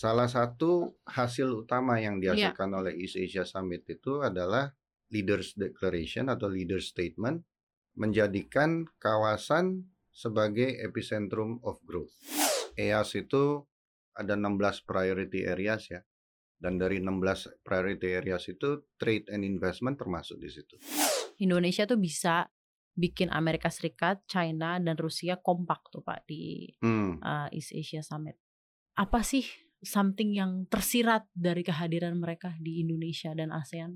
Salah satu hasil utama yang Iya. dihasilkan oleh East Asia Summit itu adalah Leaders Declaration atau Leaders Statement menjadikan kawasan sebagai epicentrum of growth. EAS itu ada 16 priority areas ya. Dan dari 16 priority areas itu trade and investment termasuk di situ. Indonesia tuh bisa bikin Amerika Serikat, China, dan Rusia kompak tuh Pak di East Asia Summit. Apa sih something yang tersirat dari kehadiran mereka di Indonesia dan ASEAN?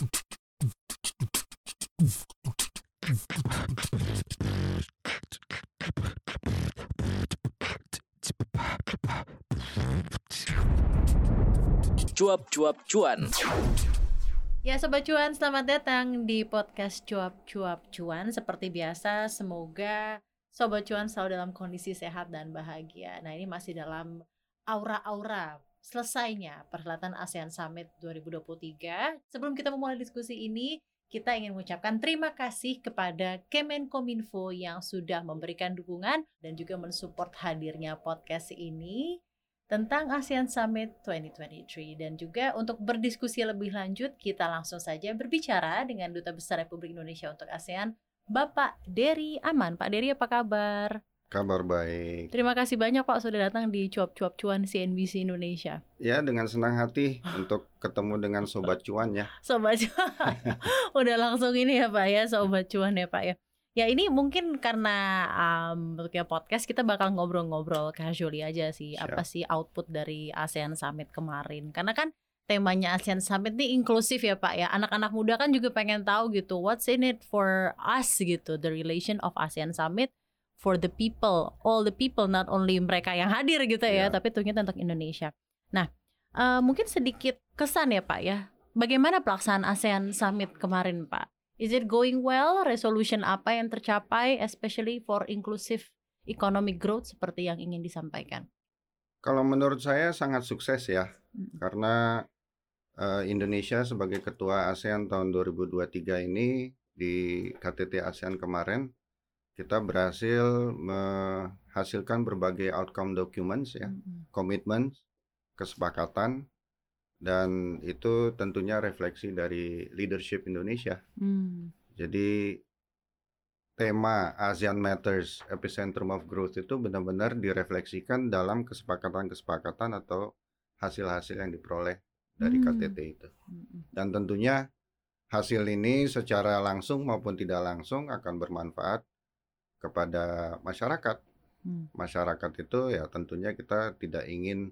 Cuap-cuap cuan. Ya Sobat Cuan, selamat datang di podcast Cuap-cuap cuan. Seperti biasa, semoga Sobat Cuan selalu dalam kondisi sehat dan bahagia. Nah, ini masih dalam aura-aura selesainya perhelatan ASEAN Summit 2023. Sebelum kita memulai diskusi ini, kita ingin mengucapkan terima kasih kepada Kemenkominfo yang sudah memberikan dukungan dan juga mensupport hadirnya podcast ini tentang ASEAN Summit 2023. Dan juga untuk berdiskusi lebih lanjut, kita langsung saja berbicara dengan Duta Besar Republik Indonesia untuk ASEAN, Bapak Dery Aman. Pak Dery, apa kabar? Kabar baik. Terima kasih banyak Pak sudah datang di Cuap-cuap Cuan CNBC Indonesia. Ya, dengan senang hati untuk ketemu dengan Sobat Cuan ya. Sobat Cuan. Udah langsung ini ya Pak ya, Sobat Cuan ya Pak ya. Ya ini mungkin karena bentuknya podcast, kita bakal ngobrol-ngobrol casually aja sih. Siap. Apa sih output dari ASEAN Summit kemarin. Karena kan temanya ASEAN Summit ini inklusif ya Pak ya. Anak-anak muda kan juga pengen tahu gitu, what's in it for us gitu. The relation of ASEAN Summit for the people, all the people, not only mereka yang hadir gitu ya, tapi tentunya tentang Indonesia. Nah, mungkin sedikit kesan ya Pak ya. Bagaimana pelaksanaan ASEAN Summit kemarin Pak? Is it going well? Resolution apa yang tercapai, especially for inclusive economic growth seperti yang ingin disampaikan? Kalau menurut saya sangat sukses ya, karena Indonesia sebagai ketua ASEAN tahun 2023 ini di KTT ASEAN kemarin, kita berhasil menghasilkan berbagai outcome documents ya, komitmen, kesepakatan, dan itu tentunya refleksi dari leadership Indonesia. Jadi tema ASEAN Matters Epicentrum of Growth itu benar-benar direfleksikan dalam kesepakatan-kesepakatan atau hasil-hasil yang diperoleh dari KTT itu. Dan tentunya hasil ini secara langsung maupun tidak langsung akan bermanfaat kepada masyarakat. Masyarakat itu ya tentunya kita tidak ingin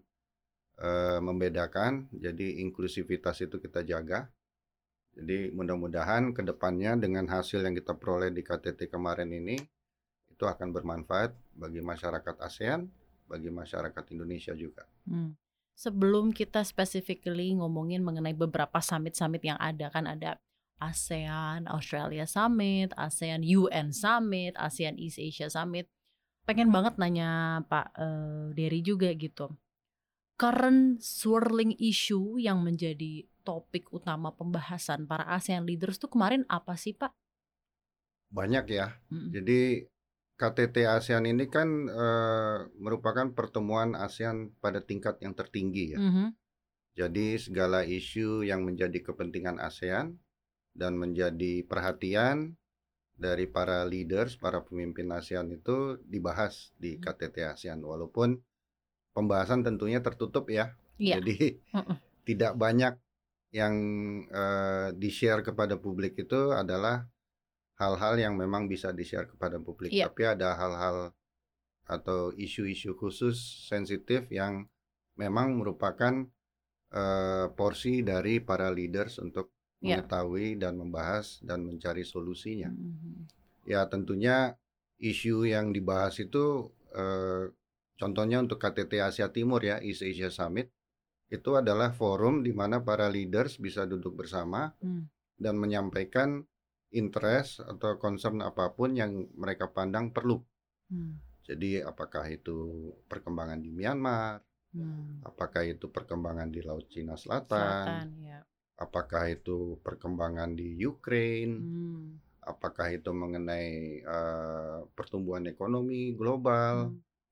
membedakan, jadi inklusivitas itu kita jaga. Jadi mudah-mudahan ke depannya dengan hasil yang kita peroleh di KTT kemarin ini itu akan bermanfaat bagi masyarakat ASEAN, bagi masyarakat Indonesia juga. Sebelum kita specifically ngomongin mengenai beberapa summit-summit yang ada, kan ada ASEAN Australia Summit, ASEAN UN Summit, ASEAN East Asia Summit. Pengen banget nanya Pak Dery juga gitu. Current swirling issue yang menjadi topik utama pembahasan para ASEAN leaders tuh kemarin apa sih Pak? Banyak ya. Jadi KTT ASEAN ini kan merupakan pertemuan ASEAN pada tingkat yang tertinggi ya. Jadi segala isu yang menjadi kepentingan ASEAN dan menjadi perhatian dari para leaders, para pemimpin ASEAN itu dibahas di KTT ASEAN. Walaupun pembahasan tentunya tertutup ya. Jadi tidak banyak yang di-share kepada publik itu adalah hal-hal yang memang bisa di-share kepada publik. Tapi ada hal-hal atau isu-isu khusus sensitif yang memang merupakan porsi dari para leaders untuk mengetahui dan membahas dan mencari solusinya. Ya tentunya isu yang dibahas itu contohnya untuk KTT Asia Timur ya, East Asia Summit, itu adalah forum di mana para leaders bisa duduk bersama dan menyampaikan interest atau concern apapun yang mereka pandang perlu. Jadi apakah itu perkembangan di Myanmar, apakah itu perkembangan di Laut Cina Selatan, apakah itu perkembangan di Ukraine, apakah itu mengenai pertumbuhan ekonomi global,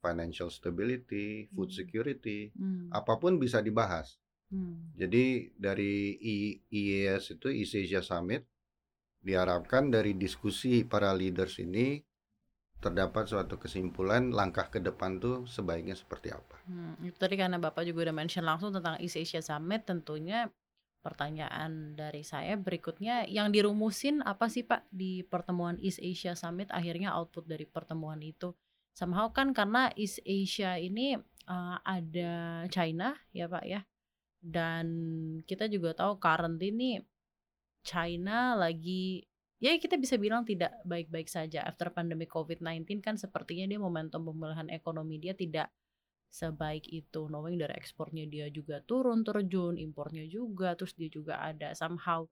financial stability, food security, apapun bisa dibahas. Jadi dari IES itu East Asia Summit diharapkan dari diskusi para leaders ini terdapat suatu kesimpulan langkah ke depan tuh sebaiknya seperti apa. Itu tadi karena Bapak juga udah mention langsung tentang East Asia Summit, tentunya pertanyaan dari saya berikutnya, yang dirumusin apa sih Pak di pertemuan East Asia Summit, akhirnya output dari pertemuan itu? Somehow kan karena East Asia ini ada China ya Pak ya, dan kita juga tahu current ini China lagi, ya kita bisa bilang tidak baik-baik saja. After pandemi COVID-19 kan sepertinya dia momentum pemulihan ekonomi dia tidak sebaik itu. Knowing dari ekspornya dia juga turun terjun, impornya juga, terus dia juga ada somehow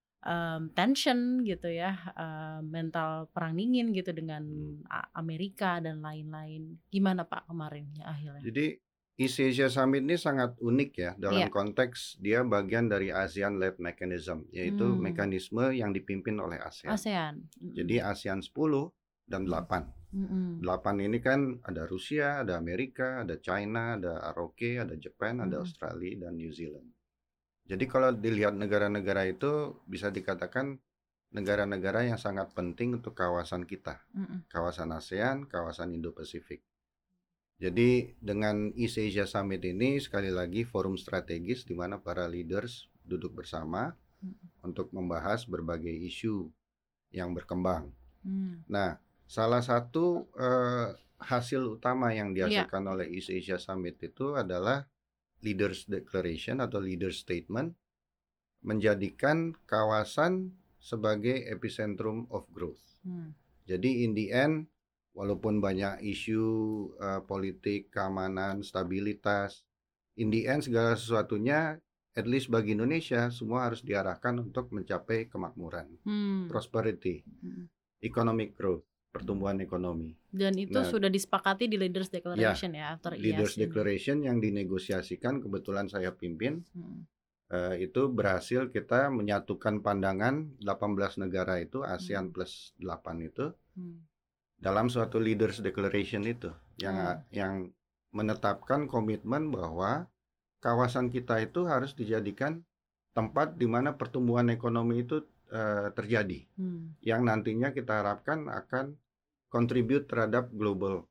tension gitu ya, mental perang dingin gitu dengan Amerika dan lain-lain. Gimana Pak kemarinnya akhirnya? Jadi East Asia Summit ini sangat unik ya dalam konteks dia bagian dari ASEAN-led mechanism, yaitu mekanisme yang dipimpin oleh ASEAN. Jadi ASEAN 10 dan 8. 8 ini kan ada Rusia, ada Amerika, ada China, ada ROK, ada Jepang, ada Australia dan New Zealand. Jadi kalau dilihat negara-negara itu bisa dikatakan negara-negara yang sangat penting untuk kawasan kita, kawasan ASEAN, kawasan Indo-Pasifik. Jadi dengan East Asia Summit ini sekali lagi forum strategis di mana para leaders duduk bersama untuk membahas berbagai isu yang berkembang. Nah, salah satu hasil utama yang dihasilkan oleh East Asia Summit itu adalah Leaders Declaration atau Leaders Statement menjadikan kawasan sebagai epicentrum of growth. Jadi in the end, walaupun banyak isu politik, keamanan, stabilitas, in the end segala sesuatunya, at least bagi Indonesia, semua harus diarahkan untuk mencapai kemakmuran, prosperity, economic growth, pertumbuhan ekonomi. Dan itu sudah disepakati di Leaders Declaration ya, after Leaders Declaration yang dinegosiasikan, kebetulan saya pimpin, itu berhasil kita menyatukan pandangan 18 negara itu, ASEAN plus 8 itu, dalam suatu Leaders Declaration itu yang menetapkan komitmen bahwa kawasan kita itu harus dijadikan tempat di mana pertumbuhan ekonomi itu terjadi, yang nantinya kita harapkan akan contribute terhadap global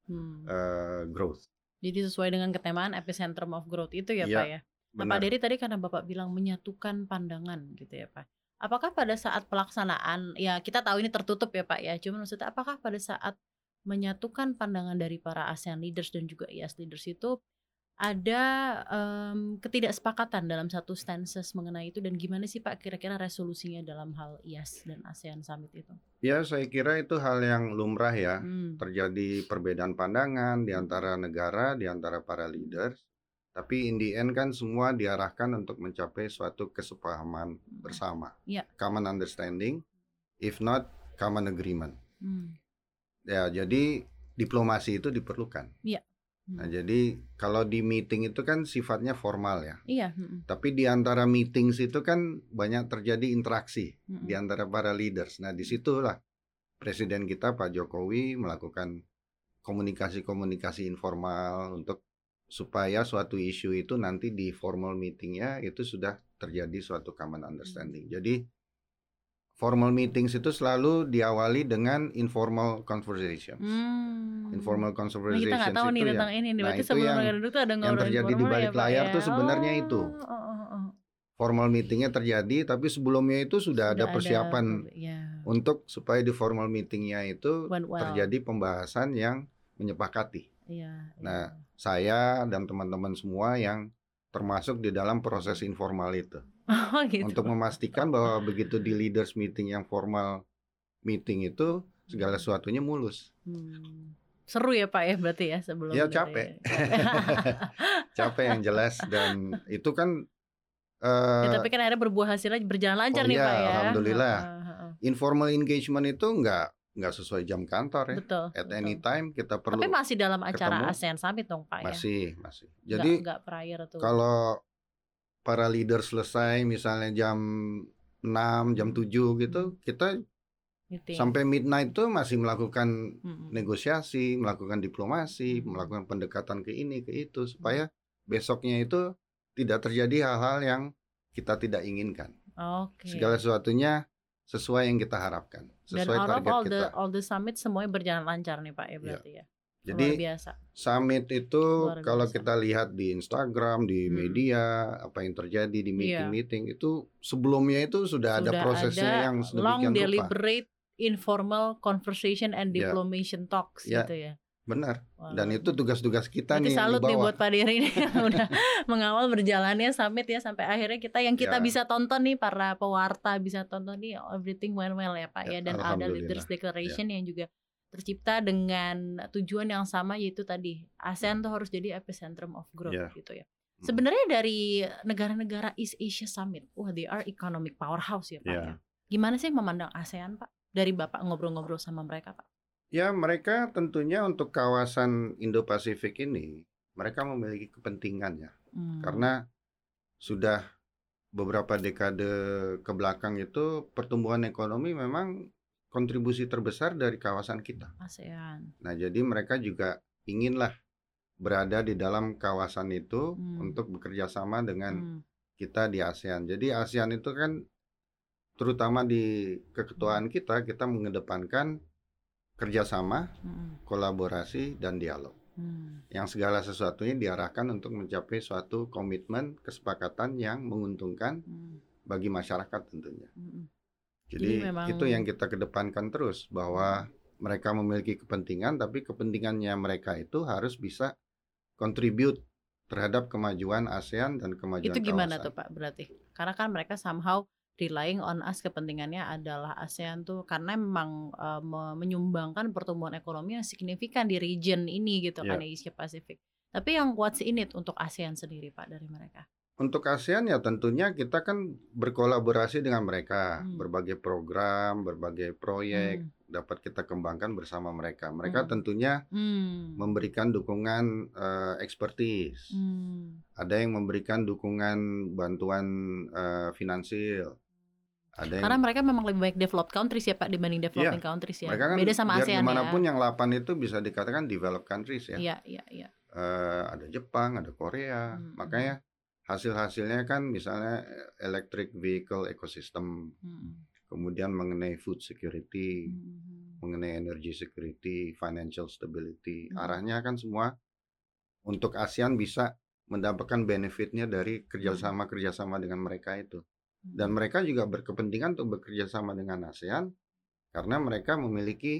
growth. Jadi sesuai dengan ketemaan epicentrum of growth itu ya Pak ya. Nah Pak Dery tadi karena Bapak bilang menyatukan pandangan gitu ya Pak. Apakah pada saat pelaksanaan, ya kita tahu ini tertutup ya Pak ya, cuma maksudnya apakah pada saat menyatukan pandangan dari para ASEAN leaders dan juga IAS leaders itu ada ketidaksepakatan dalam satu stances mengenai itu, dan gimana sih Pak kira-kira resolusinya dalam hal IAS dan ASEAN Summit itu? Ya saya kira itu hal yang lumrah ya, terjadi perbedaan pandangan di antara negara, di antara para leaders. Tapi in the end kan semua diarahkan untuk mencapai suatu kesepahaman bersama, common understanding, if not common agreement. Ya, jadi diplomasi itu diperlukan. Nah, jadi kalau di meeting itu kan sifatnya formal ya. Tapi di antara meetings itu kan banyak terjadi interaksi di antara para leaders. Nah, disitulah Presiden kita Pak Jokowi melakukan komunikasi-komunikasi informal untuk supaya suatu isu itu nanti di formal meetingnya itu sudah terjadi suatu common understanding. Jadi formal meetings itu selalu diawali dengan informal conversations. Informal conversations kita nggak tahu itu nih tentang ini. Nah, itu yang terjadi di balik layar tuh sebenarnya itu. Formal meetingnya terjadi, tapi sebelumnya itu sudah ada persiapan untuk supaya di formal meetingnya itu terjadi pembahasan yang menyepakati. Nah, saya dan teman-teman semua yang termasuk di dalam proses informal itu. Gitu. Untuk memastikan bahwa begitu di leaders meeting yang formal meeting itu segala sesuatunya mulus. Seru ya Pak ya berarti ya sebelum. Ya capek. Capek yang jelas, dan itu kan tapi kan akhirnya berbuah hasilnya berjalan lancar nih Pak ya. Alhamdulillah. Informal engagement itu enggak sesuai jam kantor ya. Betul. At any time kita perlu. Tapi masih dalam acara ketemu. ASEAN Summit dong Pak ya. Masih. Jadi enggak prior tuh. Kalau para leader selesai misalnya jam 6, jam 7 gitu, kita Gitu ya. Sampai midnight tuh masih melakukan negosiasi, melakukan diplomasi, melakukan pendekatan ke ini ke itu supaya besoknya itu tidak terjadi hal-hal yang kita tidak inginkan. Segala sesuatunya sesuai yang kita harapkan, sesuai Dan target kita. all the summit semuanya berjalan lancar nih Pak ya berarti ya. Jadi luar biasa. Summit itu Luar kalau biasa. kita lihat di Instagram, di media, apa yang terjadi di meeting-meeting itu sebelumnya itu sudah ada prosesnya yang sedemikian long rupa. deliberate informal conversation and diplomation talks gitu ya. Benar. Dan itu tugas-tugas kita nih yang salut di nih bawah. buat Pak Dery nih yang udah mengawal berjalannya summit ya sampai akhirnya kita bisa tonton nih, para pewarta bisa tonton nih, everything went well ya Pak ya, dan ada leaders declaration yang juga tercipta dengan tujuan yang sama, yaitu tadi ASEAN tuh harus jadi epicentrum of growth gitu ya. Sebenarnya dari negara-negara East Asia Summit, they are economic powerhouse ya Pak ya. Gimana sih memandang ASEAN Pak? Dari Bapak ngobrol-ngobrol sama mereka Pak? Ya, mereka tentunya untuk kawasan Indo-Pasifik ini mereka memiliki kepentingan ya. Karena sudah beberapa dekade ke belakang itu pertumbuhan ekonomi memang kontribusi terbesar dari kawasan kita, ASEAN. Nah, jadi mereka juga inginlah berada di dalam kawasan itu untuk bekerja sama dengan kita di ASEAN. Jadi ASEAN itu kan terutama di keketuaan kita mengedepankan kerjasama, kolaborasi, dan dialog. Yang segala sesuatunya diarahkan untuk mencapai suatu komitmen, kesepakatan yang menguntungkan bagi masyarakat tentunya. Jadi itu yang kita kedepankan terus, bahwa mereka memiliki kepentingan, tapi kepentingannya mereka itu harus bisa contribute terhadap kemajuan ASEAN dan kemajuan kawasan. Itu gimana tuh Pak berarti? Karena kan mereka somehow relying on us, kepentingannya adalah ASEAN tuh karena memang menyumbangkan pertumbuhan ekonomi yang signifikan di region ini gitu kan, Asia Pasifik. Tapi yang what's in it untuk ASEAN sendiri Pak dari mereka? Untuk ASEAN ya tentunya kita kan berkolaborasi dengan mereka, berbagai program, berbagai proyek dapat kita kembangkan bersama mereka. Mereka tentunya memberikan dukungan expertise, ada yang memberikan dukungan bantuan finansial. Karena mereka memang lebih baik developed countries ya Pak dibanding developing countries ya. Mereka kan beda sama ASEAN dimanapun yang 8 itu bisa dikatakan developed countries ya. Iya. Ada Jepang, ada Korea, makanya hasil-hasilnya kan misalnya electric vehicle ecosystem, kemudian mengenai food security, mengenai energy security, financial stability, arahnya kan semua untuk ASEAN bisa mendapatkan benefitnya dari kerjasama dengan mereka itu. Dan mereka juga berkepentingan untuk bekerja sama dengan ASEAN karena mereka memiliki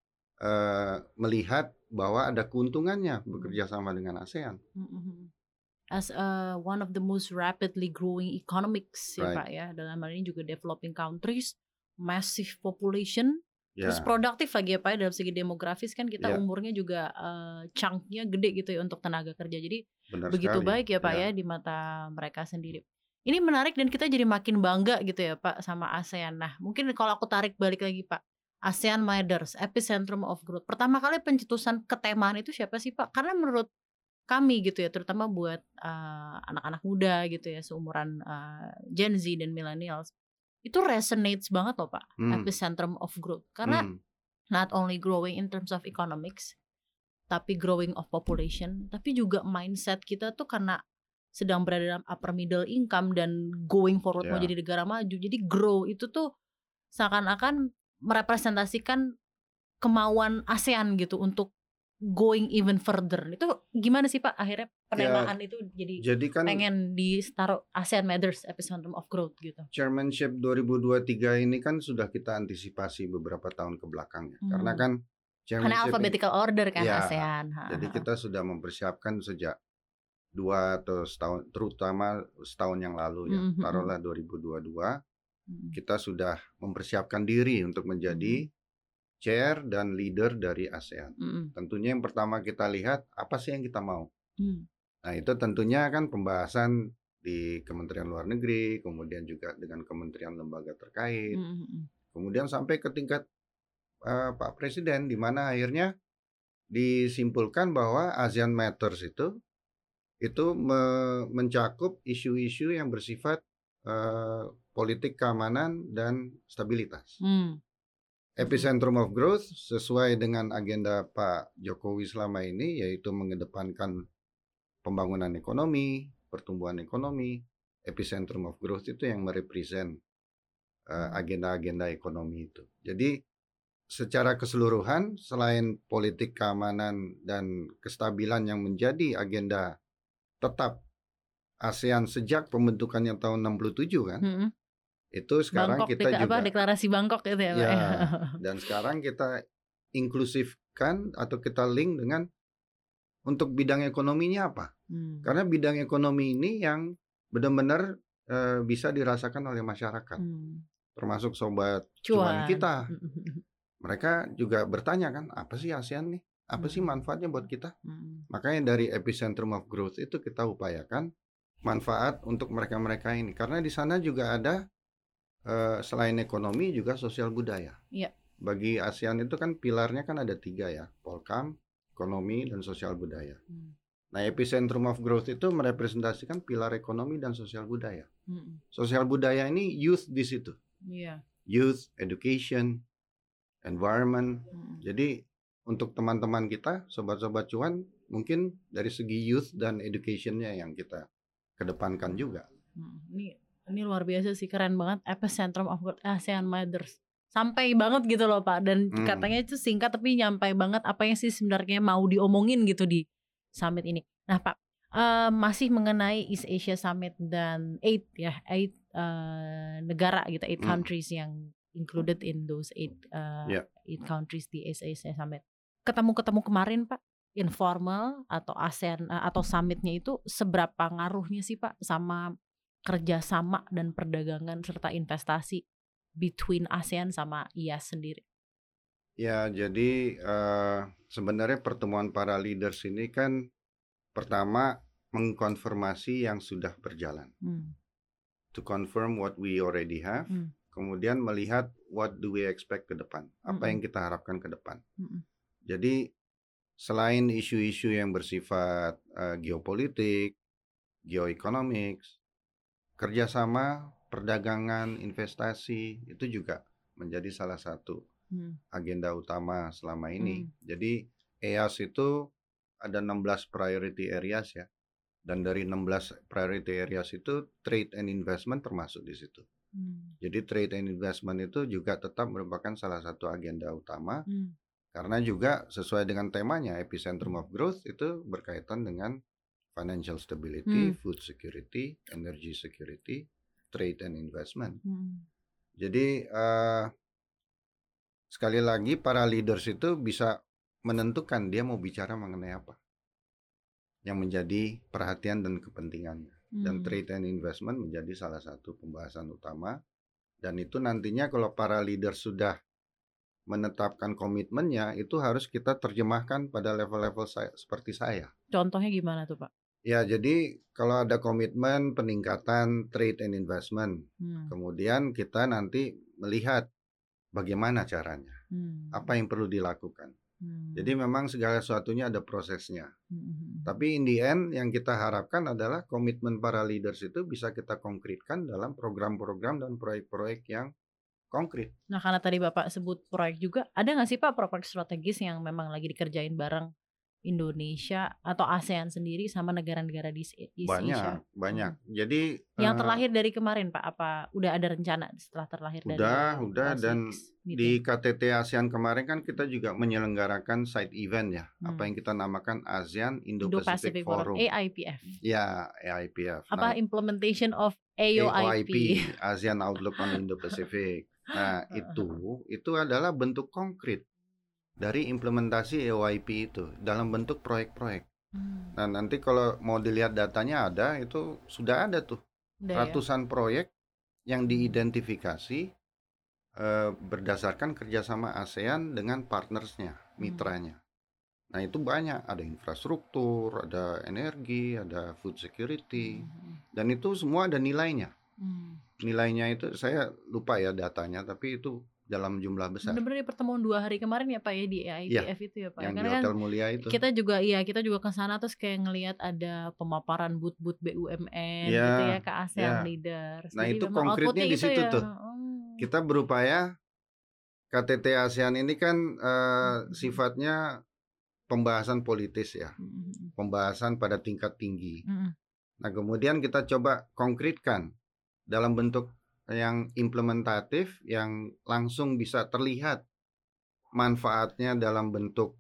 melihat bahwa ada keuntungannya bekerja sama dengan ASEAN. As one of the most rapidly growing economics ya Pak ya, dalam hal ini juga developing countries, massive population, terus produktif lagi ya Pak ya, dalam segi demografis kan kita umurnya juga chunk-nya gede gitu ya untuk tenaga kerja. Jadi begitu sekali. Baik ya Pak ya di mata mereka sendiri. Ini menarik dan kita jadi makin bangga gitu ya Pak sama ASEAN. Nah mungkin kalau aku tarik balik lagi Pak, ASEAN Matters, epicentrum of growth. Pertama kali pencetusan ketemaan itu siapa sih Pak? Karena menurut kami gitu ya, terutama buat anak-anak muda gitu ya, seumuran Gen Z dan millennials, itu resonates banget loh Pak, epicentrum of growth. Karena not only growing in terms of economics, tapi growing of population, tapi juga mindset kita tuh karena sedang berada dalam upper middle income dan going forward mau jadi negara maju. Jadi grow itu tuh seakan-akan merepresentasikan kemauan ASEAN gitu untuk going even further. Itu gimana sih Pak akhirnya penamaan itu jadi kan pengen ditaruh ASEAN Matters epicentrum of growth gitu. Chairmanship 2023 ini kan sudah kita antisipasi beberapa tahun ke belakang ya. Karena kan karena alphabetical order kan ASEAN. Jadi kita sudah mempersiapkan sejak 2 atau setahun, terutama setahun yang lalu ya. Taruhlah 2022 kita sudah mempersiapkan diri untuk menjadi chair dan leader dari ASEAN. Tentunya yang pertama kita lihat apa sih yang kita mau. Nah itu tentunya kan pembahasan di Kementerian Luar Negeri, kemudian juga dengan kementerian lembaga terkait, kemudian sampai ke tingkat Pak Presiden, di mana akhirnya disimpulkan bahwa ASEAN Matters itu mencakup isu-isu yang bersifat politik keamanan dan stabilitas. Epicentrum of Growth sesuai dengan agenda Pak Jokowi selama ini, yaitu mengedepankan pembangunan ekonomi, pertumbuhan ekonomi. Epicentrum of Growth itu yang merepresent agenda-agenda ekonomi itu. Jadi secara keseluruhan, selain politik keamanan dan kestabilan yang menjadi agenda tetap ASEAN sejak pembentukannya tahun 67 kan, itu sekarang Bangkok, kita juga deklarasi Bangkok itu ya Pak. ya, dan sekarang kita inklusifkan atau kita link dengan untuk bidang ekonominya apa? Karena bidang ekonomi ini yang benar-benar bisa dirasakan oleh masyarakat, termasuk sobat cuan kita. Mereka juga bertanya kan, apa sih ASEAN nih? Apa sih manfaatnya buat kita? Makanya dari Epicentrum of Growth itu kita upayakan manfaat untuk mereka-mereka ini. Karena di sana juga ada selain ekonomi juga sosial budaya. Iya. Bagi ASEAN itu kan pilarnya kan ada 3 ya, Polkam, ekonomi, dan sosial budaya. Nah, Epicentrum of Growth itu merepresentasikan pilar ekonomi dan sosial budaya. Sosial budaya ini youth di situ. Youth, education, environment. Jadi untuk teman-teman kita, sobat-sobat cuan, mungkin dari segi youth dan education-nya yang kita kedepankan juga. Ini luar biasa sih, keren banget. Epicentrum of Growth ASEAN Matters. Sampai banget gitu loh Pak. Dan katanya itu singkat tapi nyampai banget apa yang sih sebenarnya mau diomongin gitu di summit ini. Nah Pak, masih mengenai East Asia Summit dan 8 negara gitu, 8 countries yang included in those 8 countries di East Asia Summit. Ketemu kemarin Pak, informal atau ASEAN atau summitnya itu seberapa ngaruhnya sih Pak sama kerjasama dan perdagangan serta investasi between ASEAN sama IAS sendiri? Ya, jadi sebenarnya pertemuan para leaders ini kan pertama mengkonfirmasi yang sudah berjalan. To confirm what we already have. Kemudian melihat what do we expect ke depan. Apa yang kita harapkan ke depan. Jadi selain isu-isu yang bersifat geopolitik, geoeconomics, kerjasama, perdagangan, investasi itu juga menjadi salah satu agenda utama selama ini. Jadi EAS itu ada 16 priority areas ya. Dan dari 16 priority areas itu trade and investment termasuk di situ. Jadi trade and investment itu juga tetap merupakan salah satu agenda utama. Karena juga sesuai dengan temanya Epicentrum of Growth itu berkaitan dengan financial stability, food security, energy security, trade and investment. Jadi sekali lagi para leaders itu bisa menentukan dia mau bicara mengenai apa yang menjadi perhatian dan kepentingannya. Dan trade and investment menjadi salah satu pembahasan utama. Dan itu nantinya kalau para leader sudah menetapkan komitmennya, itu harus kita terjemahkan pada level-level seperti saya. Contohnya gimana tuh Pak? Ya, jadi kalau ada komitmen peningkatan trade and investment, kemudian kita nanti melihat bagaimana caranya, apa yang perlu dilakukan. Jadi memang segala sesuatunya ada prosesnya. Tapi in the end yang kita harapkan adalah komitmen para leaders itu bisa kita konkretkan dalam program-program dan proyek-proyek yang konkret. Nah karena tadi Bapak sebut proyek juga, ada nggak sih Pak proyek strategis yang memang lagi dikerjain bareng Indonesia atau ASEAN sendiri sama negara-negara di East Asia? Banyak. Jadi yang terlahir dari kemarin Pak, apa udah ada rencana setelah terlahir dari udah dan di KTT ASEAN kemarin kan kita juga menyelenggarakan side event ya, apa yang kita namakan ASEAN Indo-Pacific Forum. AIPF. Ya, AIPF. Apa implementation of AOIP, ASEAN Outlook on Indo-Pacific. Nah, itu adalah bentuk konkret dari implementasi AOIP itu dalam bentuk proyek-proyek. Nah, nanti kalau mau dilihat datanya ada, itu sudah ada tuh ratusan proyek yang diidentifikasi berdasarkan kerjasama ASEAN dengan partnersnya, mitranya. Nah, itu banyak, ada infrastruktur, ada energi, ada food security, dan itu semua ada nilainya. Nilainya itu saya lupa ya datanya, tapi itu dalam jumlah besar. Benar-benar pertemuan 2 hari kemarin ya Pak ya di AIPF itu ya Pak. Yang karena di Hotel Mulia itu. Kita juga ke sana terus kayak ngelihat ada pemaparan booth-booth BUMN gitu ya ke ASEAN leaders. Nah, jadi itu konkretnya di situ tuh. Kita berupaya KTT ASEAN ini kan sifatnya pembahasan politis ya, pembahasan pada tingkat tinggi. Nah, kemudian kita coba konkretkan dalam bentuk yang implementatif, yang langsung bisa terlihat manfaatnya dalam bentuk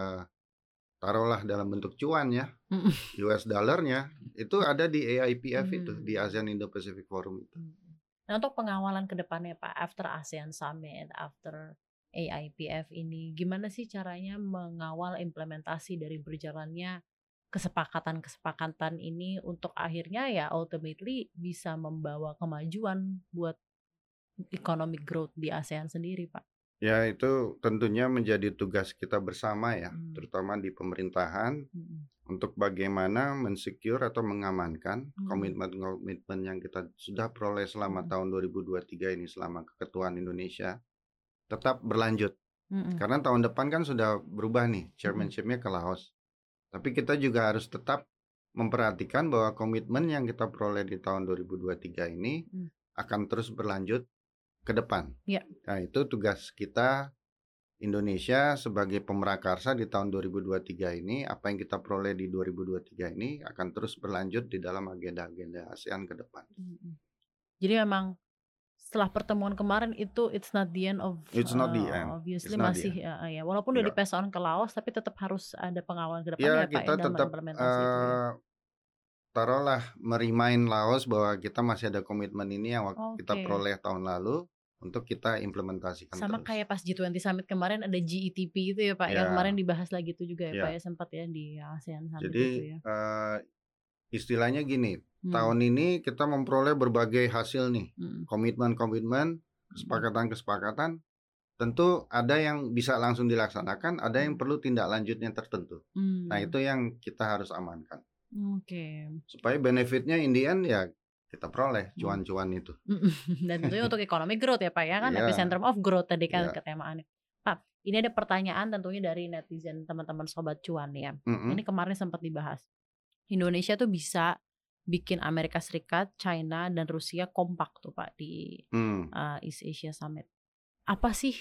taruhlah dalam bentuk cuan ya, US dollarnya itu ada di AIPF itu, di ASEAN Indo-Pacific Forum itu. Nah, untuk pengawalan ke depannya Pak, after ASEAN Summit, after AIPF ini, gimana sih caranya mengawal implementasi dari berjalannya kesepakatan-kesepakatan ini untuk akhirnya ya ultimately bisa membawa kemajuan buat economic growth di ASEAN sendiri, Pak? Ya, itu tentunya menjadi tugas kita bersama ya, terutama di pemerintahan, untuk bagaimana mensecure atau mengamankan komitmen-komitmen yang kita sudah peroleh selama tahun 2023 ini, selama keketuaan Indonesia, tetap berlanjut. Karena tahun depan kan sudah berubah nih, chairmanship-nya ke Laos. Tapi kita juga harus tetap memperhatikan bahwa komitmen yang kita peroleh di tahun 2023 ini akan terus berlanjut ke depan. Nah, itu tugas kita Indonesia sebagai pemrakarsa di tahun 2023 ini. Apa yang kita peroleh di 2023 ini akan terus berlanjut di dalam agenda-agenda ASEAN ke depan. Jadi memang setelah pertemuan kemarin itu it's not the end of obviously masih ya walaupun udah di-pass on ke Laos tapi tetap harus ada pengawalan ke depan ya Pak kita dalam tetap implementasi itu ya. Taruhlah merimain Laos bahwa kita masih ada komitmen ini yang kita peroleh tahun lalu untuk kita implementasikan sama terus. Kayak pas G20 Summit kemarin ada GETP itu ya Pak, yang kemarin dibahas lagi itu juga ya Pak ya, sempat ya di ASEAN Summit. Jadi, itu ya. Istilahnya gini, tahun ini kita memperoleh berbagai hasil nih, komitmen-komitmen, kesepakatan-kesepakatan. Tentu ada yang bisa langsung dilaksanakan, ada yang perlu tindak lanjutnya tertentu. Nah, itu yang kita harus amankan. Supaya benefitnya in the end ya kita peroleh cuan-cuan itu. Dan tentunya untuk economic growth ya Pak ya, kan epicentrum of growth tadi kan ketemaannya. Pak, ini ada pertanyaan tentunya dari netizen teman-teman Sobat Cuan ya. Ini kemarin sempat dibahas. Indonesia tuh bisa bikin Amerika Serikat, China, dan Rusia kompak tuh Pak di East Asia Summit. Apa sih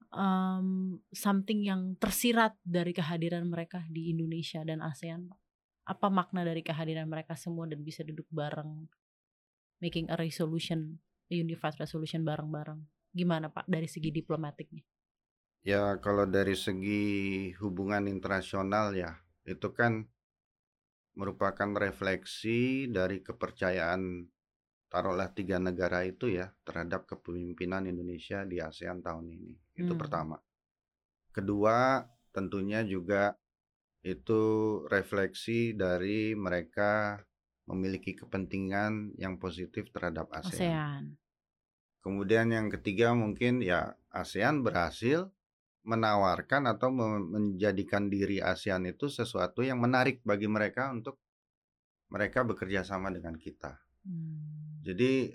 something yang tersirat dari kehadiran mereka di Indonesia dan ASEAN Pak? Apa makna dari kehadiran mereka semua dan bisa duduk bareng, making a resolution, a unified resolution bareng-bareng? Gimana Pak dari segi diplomatiknya? Ya, kalau dari segi hubungan internasional ya, itu kan merupakan refleksi dari kepercayaan taruhlah 3 negara itu ya terhadap kepemimpinan Indonesia di ASEAN tahun ini. Itu pertama. Kedua, tentunya juga itu refleksi dari mereka memiliki kepentingan yang positif terhadap ASEAN. Kemudian yang ketiga mungkin ya ASEAN berhasil menawarkan atau menjadikan diri ASEAN itu sesuatu yang menarik bagi mereka untuk mereka bekerja sama dengan kita. Jadi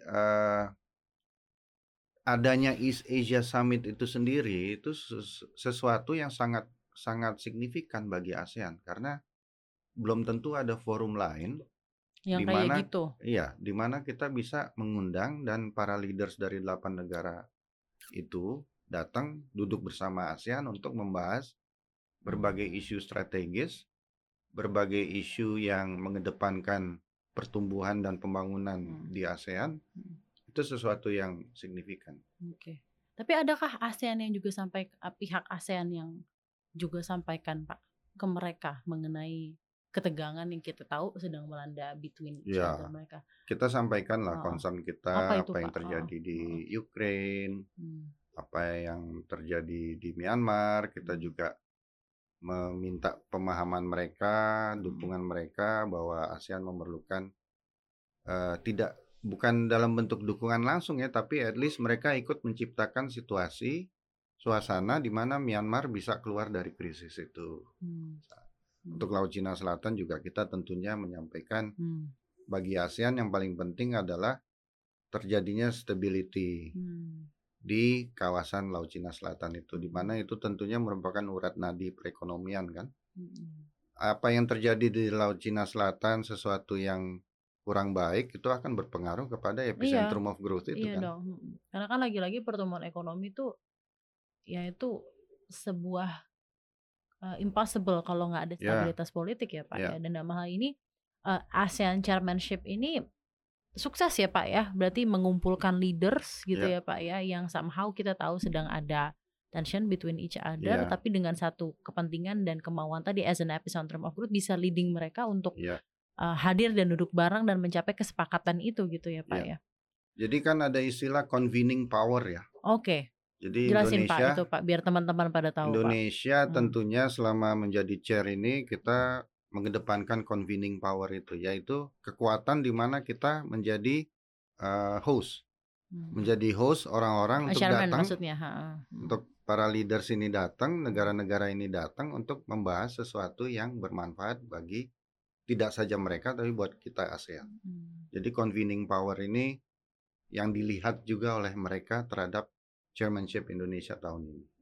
adanya East Asia Summit itu sendiri itu sesuatu yang sangat signifikan bagi ASEAN karena belum tentu ada forum lain yang kayak gitu. Iya, di mana kita bisa mengundang dan para leaders dari 8 negara itu datang duduk bersama ASEAN untuk membahas berbagai isu strategis, berbagai isu yang mengedepankan pertumbuhan dan pembangunan di ASEAN. Itu sesuatu yang signifikan. Tapi adakah ASEAN yang juga pihak ASEAN yang juga sampaikan Pak ke mereka mengenai ketegangan yang kita tahu sedang melanda between China dan mereka? Kita sampaikan lah concern kita apa yang terjadi di Ukraine, apa yang terjadi di Myanmar. Kita juga meminta pemahaman mereka, dukungan mereka bahwa ASEAN memerlukan bukan dalam bentuk dukungan langsung ya, tapi at least mereka ikut menciptakan suasana di mana Myanmar bisa keluar dari krisis itu. Untuk Laut Cina Selatan juga kita tentunya menyampaikan bagi ASEAN yang paling penting adalah terjadinya stability di kawasan Laut Cina Selatan itu, di mana itu tentunya merupakan urat nadi perekonomian kan. Apa yang terjadi di Laut Cina Selatan sesuatu yang kurang baik itu akan berpengaruh kepada epicentrum of growth itu kan. Karena kan lagi-lagi pertumbuhan ekonomi itu ya itu sebuah impossible kalau nggak ada stabilitas politik ya Pak ya. Dan dalam hal ini ASEAN chairmanship ini sukses ya Pak ya, berarti mengumpulkan leaders gitu ya Pak ya, yang somehow kita tahu sedang ada tension between each other, tapi dengan satu kepentingan dan kemauan tadi as an epicentrum of growth bisa leading mereka untuk hadir dan duduk bareng dan mencapai kesepakatan itu gitu ya Pak ya. Jadi kan ada istilah convening power ya. Oke. Jadi jelasin Indonesia, Pak itu Pak biar teman-teman pada tahu Indonesia Pak. tentunya selama menjadi chair ini kita mengedepankan convening power itu, yaitu kekuatan di mana kita menjadi host. Menjadi host orang-orang untuk datang, maksudnya, untuk para leaders ini datang, negara-negara ini datang untuk membahas sesuatu yang bermanfaat bagi tidak saja mereka tapi buat kita ASEAN. Jadi convening power ini yang dilihat juga oleh mereka terhadap chairmanship Indonesia tahun ini.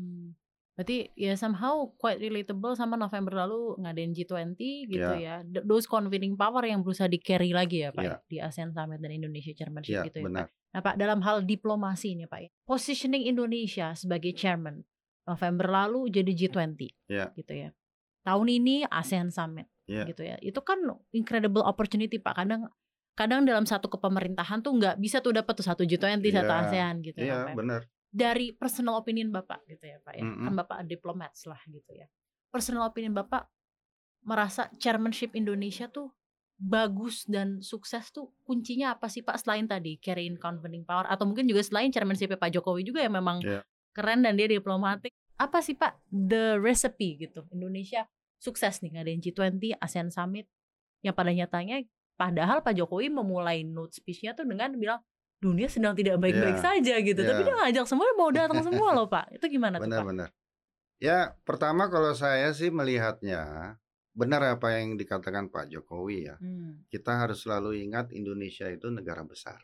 Berarti ya somehow quite relatable sama November lalu ngadain G20 gitu ya. Those convening power yang berusaha di-carry lagi ya Pak di ASEAN Summit dan Indonesia Chairmanship gitu ya Pak. Nah Pak, dalam hal diplomasi ini Pak ya, positioning Indonesia sebagai chairman November lalu jadi G20 gitu ya. Tahun ini ASEAN Summit gitu ya. Itu kan incredible opportunity Pak. Kadang dalam satu kepemerintahan tuh nggak bisa tuh dapat tuh satu G20 satu ASEAN gitu ya Pak. Benar. Dari personal opinion Bapak gitu ya Pak ya, kan Bapak diplomats lah gitu ya. Personal opinion Bapak merasa chairmanship Indonesia tuh bagus dan sukses tuh kuncinya apa sih Pak, selain tadi carrying convening power atau mungkin juga selain chairmanship Pak Jokowi juga yang memang keren dan dia diplomatik, apa sih Pak the recipe gitu Indonesia sukses nih ngadain G20 ASEAN Summit yang pada nyatanya padahal Pak Jokowi memulai note speech-nya tuh dengan bilang dunia sedang tidak baik-baik saja gitu. Tapi dia ngajak semua mau datang semua loh Pak. Itu gimana tuh Pak? Benar-benar. Ya pertama kalau saya sih melihatnya benar apa yang dikatakan Pak Jokowi ya. Kita harus selalu ingat Indonesia itu negara besar.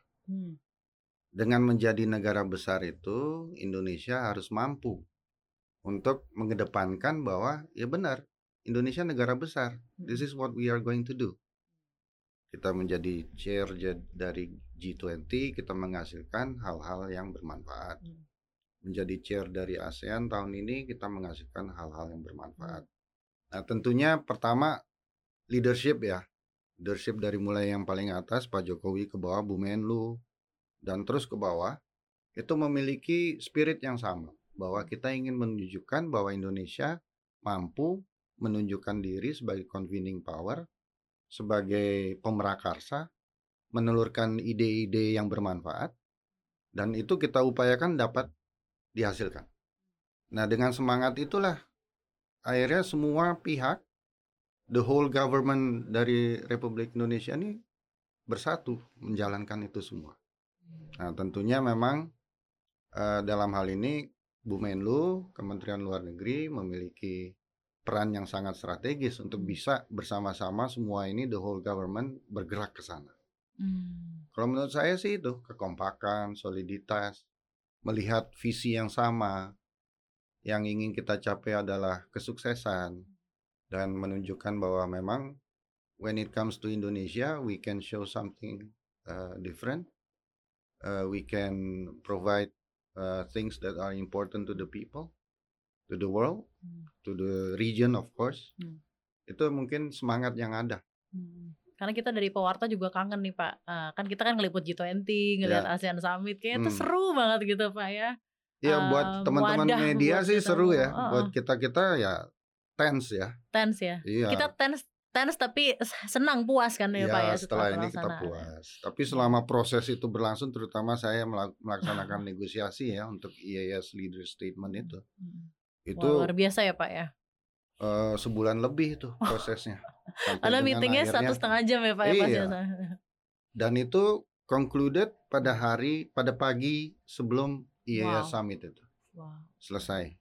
Dengan menjadi negara besar itu Indonesia harus mampu untuk mengedepankan bahwa ya benar Indonesia negara besar. This is what we are going to do. Kita menjadi chair dari G20, kita menghasilkan hal-hal yang bermanfaat. Menjadi chair dari ASEAN tahun ini, kita menghasilkan hal-hal yang bermanfaat. Nah tentunya pertama leadership ya. Leadership dari mulai yang paling atas, Pak Jokowi ke bawah, Bu Menlu, dan terus ke bawah, itu memiliki spirit yang sama. Bahwa kita ingin menunjukkan bahwa Indonesia mampu menunjukkan diri sebagai convening power, sebagai pemerakarsa, menelurkan ide-ide yang bermanfaat, dan itu kita upayakan dapat dihasilkan. Nah dengan semangat itulah akhirnya semua pihak, the whole government dari Republik Indonesia ini bersatu menjalankan itu semua. Nah tentunya memang dalam hal ini Bu Menlu, Kementerian Luar Negeri memiliki peran yang sangat strategis untuk bisa bersama-sama semua ini the whole government bergerak ke sana. Kalau menurut saya sih itu kekompakan, soliditas, melihat visi yang sama, yang ingin kita capai adalah kesuksesan dan menunjukkan bahwa memang when it comes to Indonesia we can show something different, we can provide things that are important to the people, to the world, to the region of course. Itu mungkin semangat yang ada. Karena kita dari pewarta juga kangen nih Pak. Kan kita kan ngeliput G20, ngeliat ASEAN Summit, kayaknya itu seru banget gitu Pak ya. Iya buat teman-teman media sih seru ya. Buat kita ya tense ya. Tense ya. Iya. Kita tense tapi senang puas kan ya Pak ya setelah ini kita puas. Tapi selama proses itu berlangsung, terutama saya melaksanakan negosiasi ya untuk IAS Leader Statement itu. Itu luar biasa ya Pak ya. Sebulan lebih itu prosesnya. Ada meetingnya 1,5 jam ya Pak ya. Iya. Dan itu concluded pada pagi sebelum IAS Summit itu. Selesai.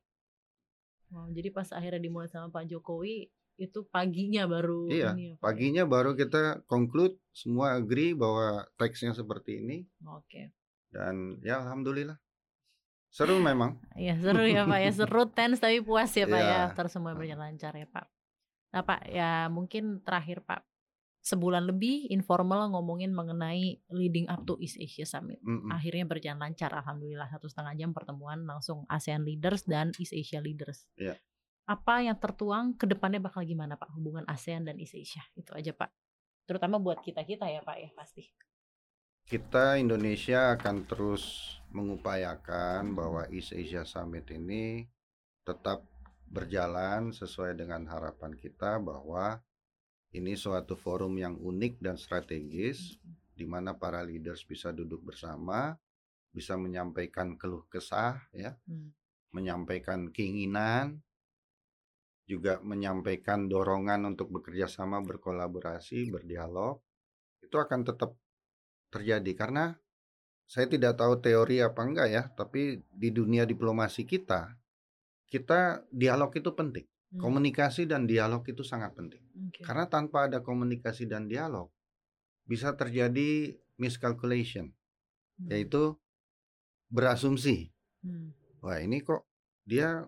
Jadi pas akhirnya dimulai sama Pak Jokowi itu paginya baru. Iya, ini ya, paginya baru kita conclude, semua agree bahwa teksnya seperti ini. Oke. Dan ya alhamdulillah. Seru memang. Iya seru ya Pak ya, seru tense tapi puas ya Pak ya, terus semua berjalan lancar ya Pak. Nah Pak ya mungkin terakhir Pak, sebulan lebih informal ngomongin mengenai leading up to East Asia Summit. Akhirnya berjalan lancar, alhamdulillah 1,5 jam pertemuan langsung ASEAN leaders dan East Asia leaders. Yeah. Apa yang tertuang ke depannya bakal gimana Pak hubungan ASEAN dan East Asia? Itu aja Pak. Terutama buat kita-kita ya Pak ya pasti. Kita Indonesia akan terus mengupayakan bahwa East Asia Summit ini tetap berjalan sesuai dengan harapan kita bahwa ini suatu forum yang unik dan strategis di mana para leaders bisa duduk bersama, bisa menyampaikan keluh kesah ya, menyampaikan keinginan, juga menyampaikan dorongan untuk bekerja sama, berkolaborasi, berdialog. Itu akan tetap terjadi karena saya tidak tahu teori apa enggak ya, tapi di dunia diplomasi kita dialog itu penting. Komunikasi dan dialog itu sangat penting. Karena tanpa ada komunikasi dan dialog bisa terjadi miscalculation, yaitu berasumsi. Wah ini kok dia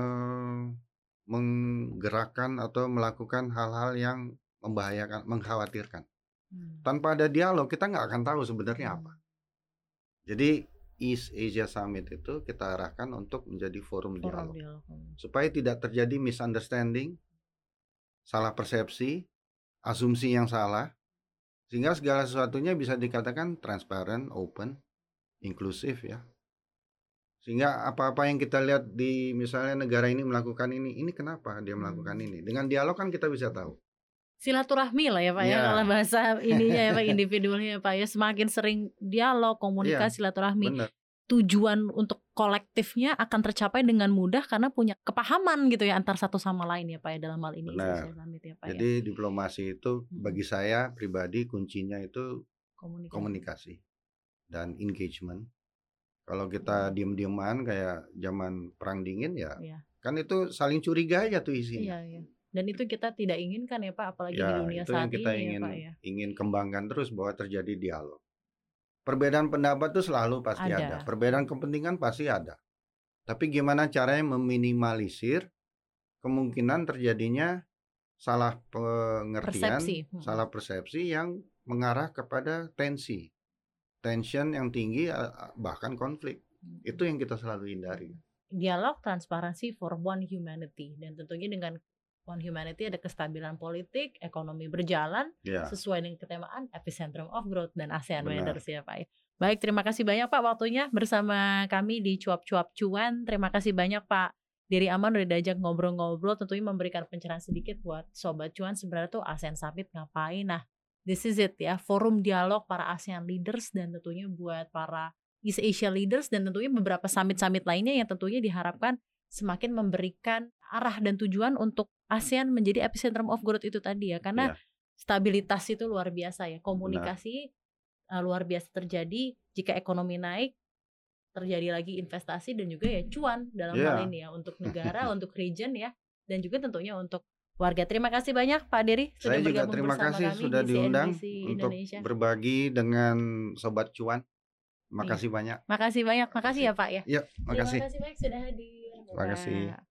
menggerakkan atau melakukan hal-hal yang membahayakan, mengkhawatirkan. Tanpa ada dialog kita nggak akan tahu sebenarnya apa. Jadi East Asia Summit itu kita arahkan untuk menjadi forum dialog. Supaya tidak terjadi misunderstanding, salah persepsi, asumsi yang salah, sehingga segala sesuatunya bisa dikatakan transparent, open, inklusif ya. Sehingga apa-apa yang kita lihat di misalnya negara ini melakukan ini kenapa dia melakukan ini. Dengan dialog kan kita bisa tahu. Silaturahmi lah ya Pak ya, kalau bahasa ininya ya Pak, individualnya ya Pak ya, semakin sering dialog, komunikasi, silaturahmi, bener. Tujuan untuk kolektifnya akan tercapai dengan mudah karena punya kepahaman gitu ya antar satu sama lain ya Pak ya dalam hal ini. Summit ya Pak. Jadi diplomasi itu bagi saya pribadi kuncinya itu komunikasi dan engagement. Kalau kita diem-dieman kayak zaman perang dingin ya, kan itu saling curiga aja tuh isinya. Iya. Dan itu kita tidak inginkan ya Pak, apalagi di dunia saat ini kita ya Pak ya. ingin kembangkan terus bahwa terjadi dialog. Perbedaan pendapat itu selalu pasti ada. Perbedaan kepentingan pasti ada. Tapi gimana caranya meminimalisir kemungkinan terjadinya salah pengertian, salah persepsi yang mengarah kepada tension yang tinggi, bahkan konflik. Itu yang kita selalu hindari. Dialog, transparansi for one humanity, dan tentunya dengan one humanity ada kestabilan politik, ekonomi berjalan sesuai dengan ketemaan epicentrum of growth dan ASEAN Leaders ya Pak. Baik, terima kasih banyak Pak waktunya bersama kami di Cuap-Cuap Cuan. Terima kasih banyak Pak Dery Aman udah diajak ngobrol-ngobrol, tentunya memberikan pencerahan sedikit buat Sobat Cuan sebenarnya tuh ASEAN Summit ngapain. Nah, this is it ya, forum dialog para ASEAN leaders dan tentunya buat para East Asia leaders dan tentunya beberapa summit-summit lainnya yang tentunya diharapkan semakin memberikan arah dan tujuan untuk ASEAN menjadi epicentrum of growth itu tadi ya, karena stabilitas itu luar biasa ya, komunikasi luar biasa terjadi, jika ekonomi naik terjadi lagi investasi dan juga ya cuan dalam hal ini ya untuk negara, untuk region ya, dan juga tentunya untuk warga. Terima kasih banyak Pak Dery sudah bergabung bersama kami. Saya juga terima kasih sudah diundang untuk berbagi dengan Sobat Cuan. Makasih banyak. Makasih banyak. Makasih ya Pak ya. Iya, makasih. Terima kasih banyak sudah hadir. Terima kasih.